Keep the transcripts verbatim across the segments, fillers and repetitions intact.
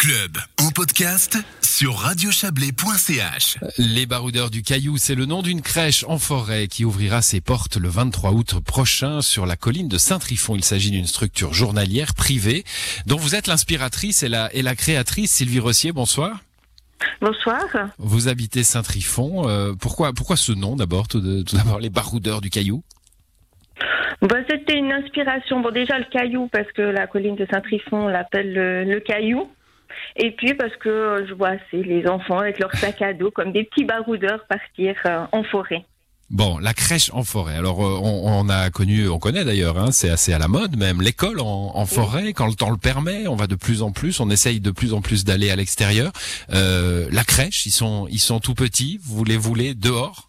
club en podcast sur radio chablais point c h. Les Baroudeurs du Caillou, c'est le nom d'une crèche en forêt qui ouvrira ses portes le vingt-trois août prochain sur la colline de Saint-Trifon. Il s'agit d'une structure journalière privée dont vous êtes l'inspiratrice et la, et la créatrice. Sylvie Rossier, bonsoir. Bonsoir. Vous habitez Saint-Trifon. Euh, pourquoi, pourquoi ce nom d'abord, tout, de, tout d'abord, les Baroudeurs du Caillou? Bah, c'était une inspiration. Bon, déjà le Caillou, parce que la colline de Saint-Trifon, on l'appelle le, le Caillou. Et puis parce que je vois c'est les enfants avec leur sac à dos comme des petits baroudeurs partir euh, en forêt. Bon, la crèche en forêt. Alors on, on a connu, on connaît d'ailleurs, hein, c'est assez à la mode même, l'école en, en forêt, oui. Quand le temps le permet, on va de plus en plus, on essaye de plus en plus d'aller à l'extérieur. Euh, la crèche, ils sont, ils sont tout petits, vous les voulez dehors?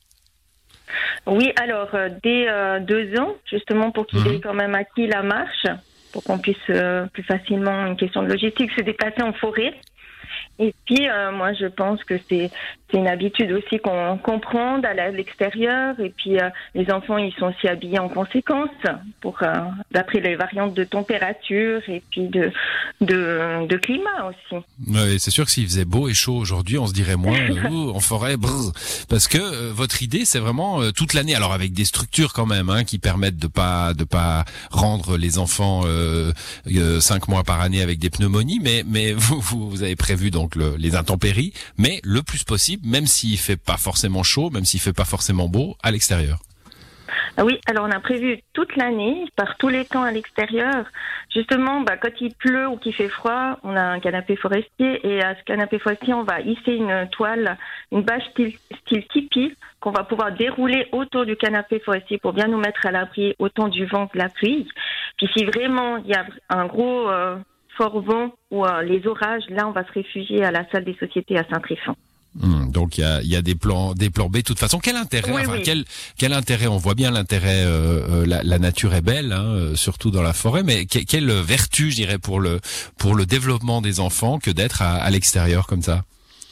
Oui, alors euh, dès euh, deux ans, justement pour qu'ils mmh. aient quand même acquis la marche, pour qu'on puisse euh, plus facilement, une question de logistique, se déplacer en forêt. Et puis, euh, moi, je pense que c'est, c'est une habitude aussi qu'on, qu'on prend d'aller à l'extérieur. Et puis, euh, les enfants, ils sont aussi habillés en conséquence, pour euh, d'après les variantes de température et puis de, de, de climat aussi. Oui, c'est sûr que s'il faisait beau et chaud aujourd'hui, on se dirait moins euh, ouh, en forêt, brrr, parce que euh, votre idée, c'est vraiment euh, toute l'année. Alors avec des structures quand même, hein, qui permettent de pas de pas rendre les enfants euh, euh, cinq mois par année avec des pneumonies, mais mais vous vous, vous avez prévu donc donc le, les intempéries, mais le plus possible, même s'il fait pas forcément chaud, même s'il fait pas forcément beau, à l'extérieur. Ah oui, alors on a prévu toute l'année, par tous les temps à l'extérieur. Justement, bah, quand il pleut ou qu'il fait froid, on a un canapé forestier et à ce canapé forestier, on va hisser une toile, une bâche style, style tipi qu'on va pouvoir dérouler autour du canapé forestier pour bien nous mettre à l'abri autant du vent que de la pluie. Puis si vraiment il y a un gros... Euh, fort vent ou euh, les orages, là on va se réfugier à la salle des sociétés à Saint-Trifon. Mmh, donc il y a, y a des plans, des plans B. De toute façon, quel intérêt oui, enfin, oui. Quel, quel intérêt On voit bien l'intérêt. Euh, euh, la, la nature est belle, hein, surtout dans la forêt. Mais que, quelle vertu, je dirais, pour le pour le développement des enfants que d'être à, à l'extérieur comme ça?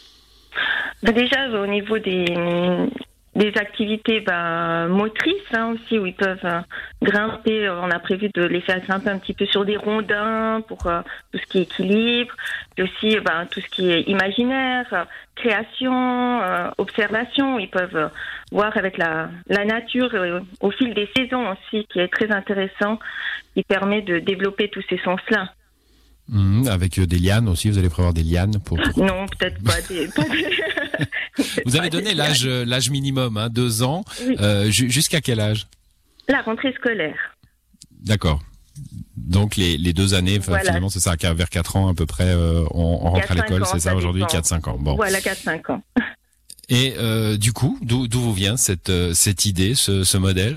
Ben déjà au niveau des des activités ben, motrices hein, aussi où ils peuvent euh, grimper. On a prévu de les faire grimper un petit peu sur des rondins pour euh, tout ce qui est équilibre, et aussi ben, tout ce qui est imaginaire, euh, création, euh, observation. Ils peuvent euh, voir avec la, la nature euh, au fil des saisons aussi, qui est très intéressant, qui permet de développer tous ces sens-là. Mmh, avec des lianes aussi, vous allez prévoir des lianes pour... pour... Non, peut-être pas des... Pas des... Vous avez donné l'âge, l'âge minimum, hein, deux ans. Oui. Euh, jusqu'à quel âge? La rentrée scolaire. D'accord. Donc les, les deux années, voilà. Finalement, c'est ça, vers quatre ans à peu près, euh, on, on rentre à l'école, ans, c'est ça, ça aujourd'hui, quatre cinq ans. Bon. Voilà, quatre cinq ans. Et euh, du coup, d'où, d'où vous vient cette, euh, cette idée, ce, ce modèle?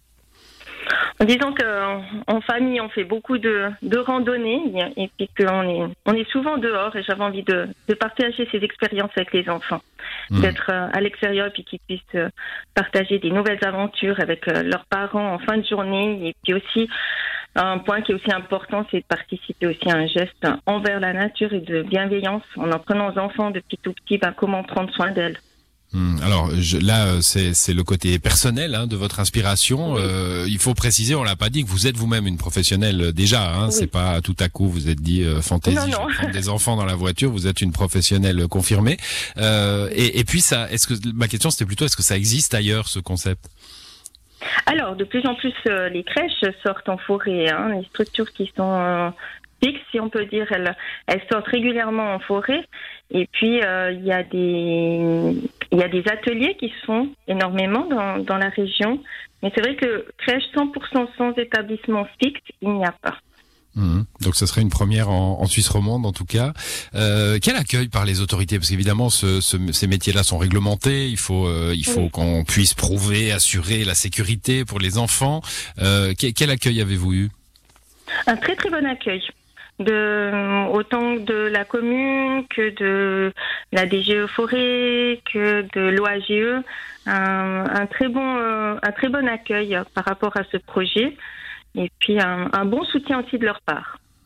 Disons qu'en famille, on fait beaucoup de, de randonnées et puis qu'on est, on est souvent dehors et j'avais envie de, de partager ces expériences avec les enfants, mmh. d'être à l'extérieur et puis qu'ils puissent partager des nouvelles aventures avec leurs parents en fin de journée. Et puis aussi, un point qui est aussi important, c'est de participer aussi à un geste envers la nature et de bienveillance en apprenant aux enfants depuis tout petit ben, comment prendre soin d'elles. Alors je, là, c'est, c'est le côté personnel hein, de votre inspiration. Oui. Euh, il faut préciser, on l'a pas dit, que vous êtes vous-même une professionnelle déjà. Hein, oui. C'est pas tout à coup vous êtes dit euh, fantaisie, non, non. Je vais prendre des enfants dans la voiture. Vous êtes une professionnelle confirmée. Euh, et, et puis ça, est-ce que ma question c'était plutôt, est-ce que ça existe ailleurs ce concept? Alors de plus en plus, euh, les crèches sortent en forêt. Hein, les structures qui sont euh, fixes, si on peut dire, elles, elles sortent régulièrement en forêt. Et puis il euh, y a des il y a des ateliers qui se font énormément dans dans la région, mais c'est vrai que crèche cent pour cent sans établissement fixe, il n'y a pas. Mmh. Donc ça serait une première en, en Suisse romande en tout cas. Euh, quel accueil par les autorités? Parce qu'évidemment ce, ce, ces métiers-là sont réglementés. Il faut euh, il faut oui. qu'on puisse prouver, assurer la sécurité pour les enfants. Euh, quel, quel accueil avez-vous eu? Un très très bon accueil. De, autant de la commune que de la D G E Forêt, que de l'O A G E, un, un très bon, euh, un très bon accueil par rapport à ce projet, et puis un, un bon soutien aussi de leur part.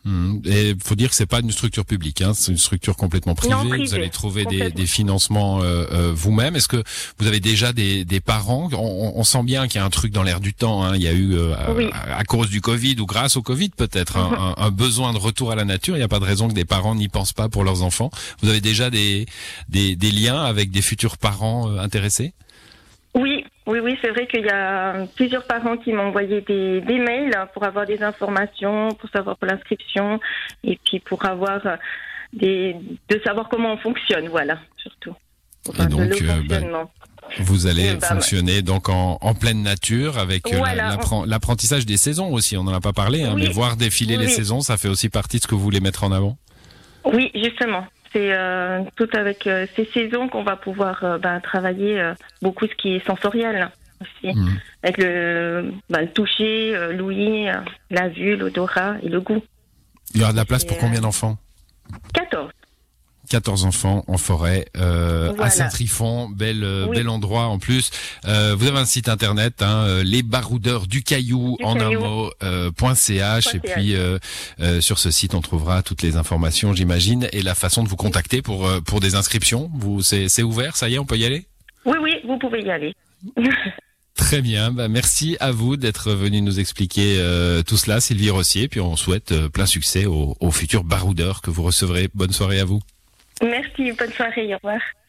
Mmh. Et faut dire que c'est pas une structure publique, hein, c'est une structure complètement privée. Non, privée, vous allez trouver des, des financements euh, euh, vous-même. Est-ce que vous avez déjà des, des parents? on, on sent bien qu'il y a un truc dans l'air du temps. Hein. Il y a eu, euh, oui. à, à cause du Covid ou grâce au Covid peut-être, mm-hmm. un, un, un besoin de retour à la nature. Il n'y a pas de raison que des parents n'y pensent pas pour leurs enfants. Vous avez déjà des, des, des liens avec des futurs parents euh, intéressés? Oui, oui, oui, c'est vrai qu'il y a plusieurs parents qui m'ont envoyé des, des mails pour avoir des informations, pour savoir pour l'inscription, et puis pour avoir des, de savoir comment on fonctionne, voilà, surtout. Enfin, et donc, de euh, ben, vous allez bah, fonctionner ouais. donc en, en pleine nature avec voilà, la, on... l'apprentissage des saisons aussi. On n'en a pas parlé, hein, oui. mais voir défiler oui, les oui. saisons, ça fait aussi partie de ce que vous voulez mettre en avant. Oui, justement. C'est euh, tout avec euh, ces saisons qu'on va pouvoir euh, bah, travailler euh, beaucoup ce qui est sensoriel aussi, mmh. avec le, bah, le toucher, euh, l'ouïe, euh, la vue, l'odorat et le goût. Il y aura de la place et pour combien d'enfants? quatorze. quatorze enfants en forêt euh, voilà. à Saint-Trifon, bel euh, oui. bel endroit en plus. Euh, vous avez un site internet, hein, les baroudeurs du caillou du en caillou. un mot euh, .ch et puis euh, euh, sur ce site on trouvera toutes les informations, j'imagine, et la façon de vous contacter pour euh, pour des inscriptions. Vous c'est c'est ouvert, ça y est, on peut y aller? Oui oui, vous pouvez y aller. Très bien, bah merci à vous d'être venu nous expliquer euh, tout cela, Sylvie Rossier, puis on souhaite euh, plein succès aux, aux futurs baroudeurs que vous recevrez. Bonne soirée à vous. Merci, bonne soirée, au revoir.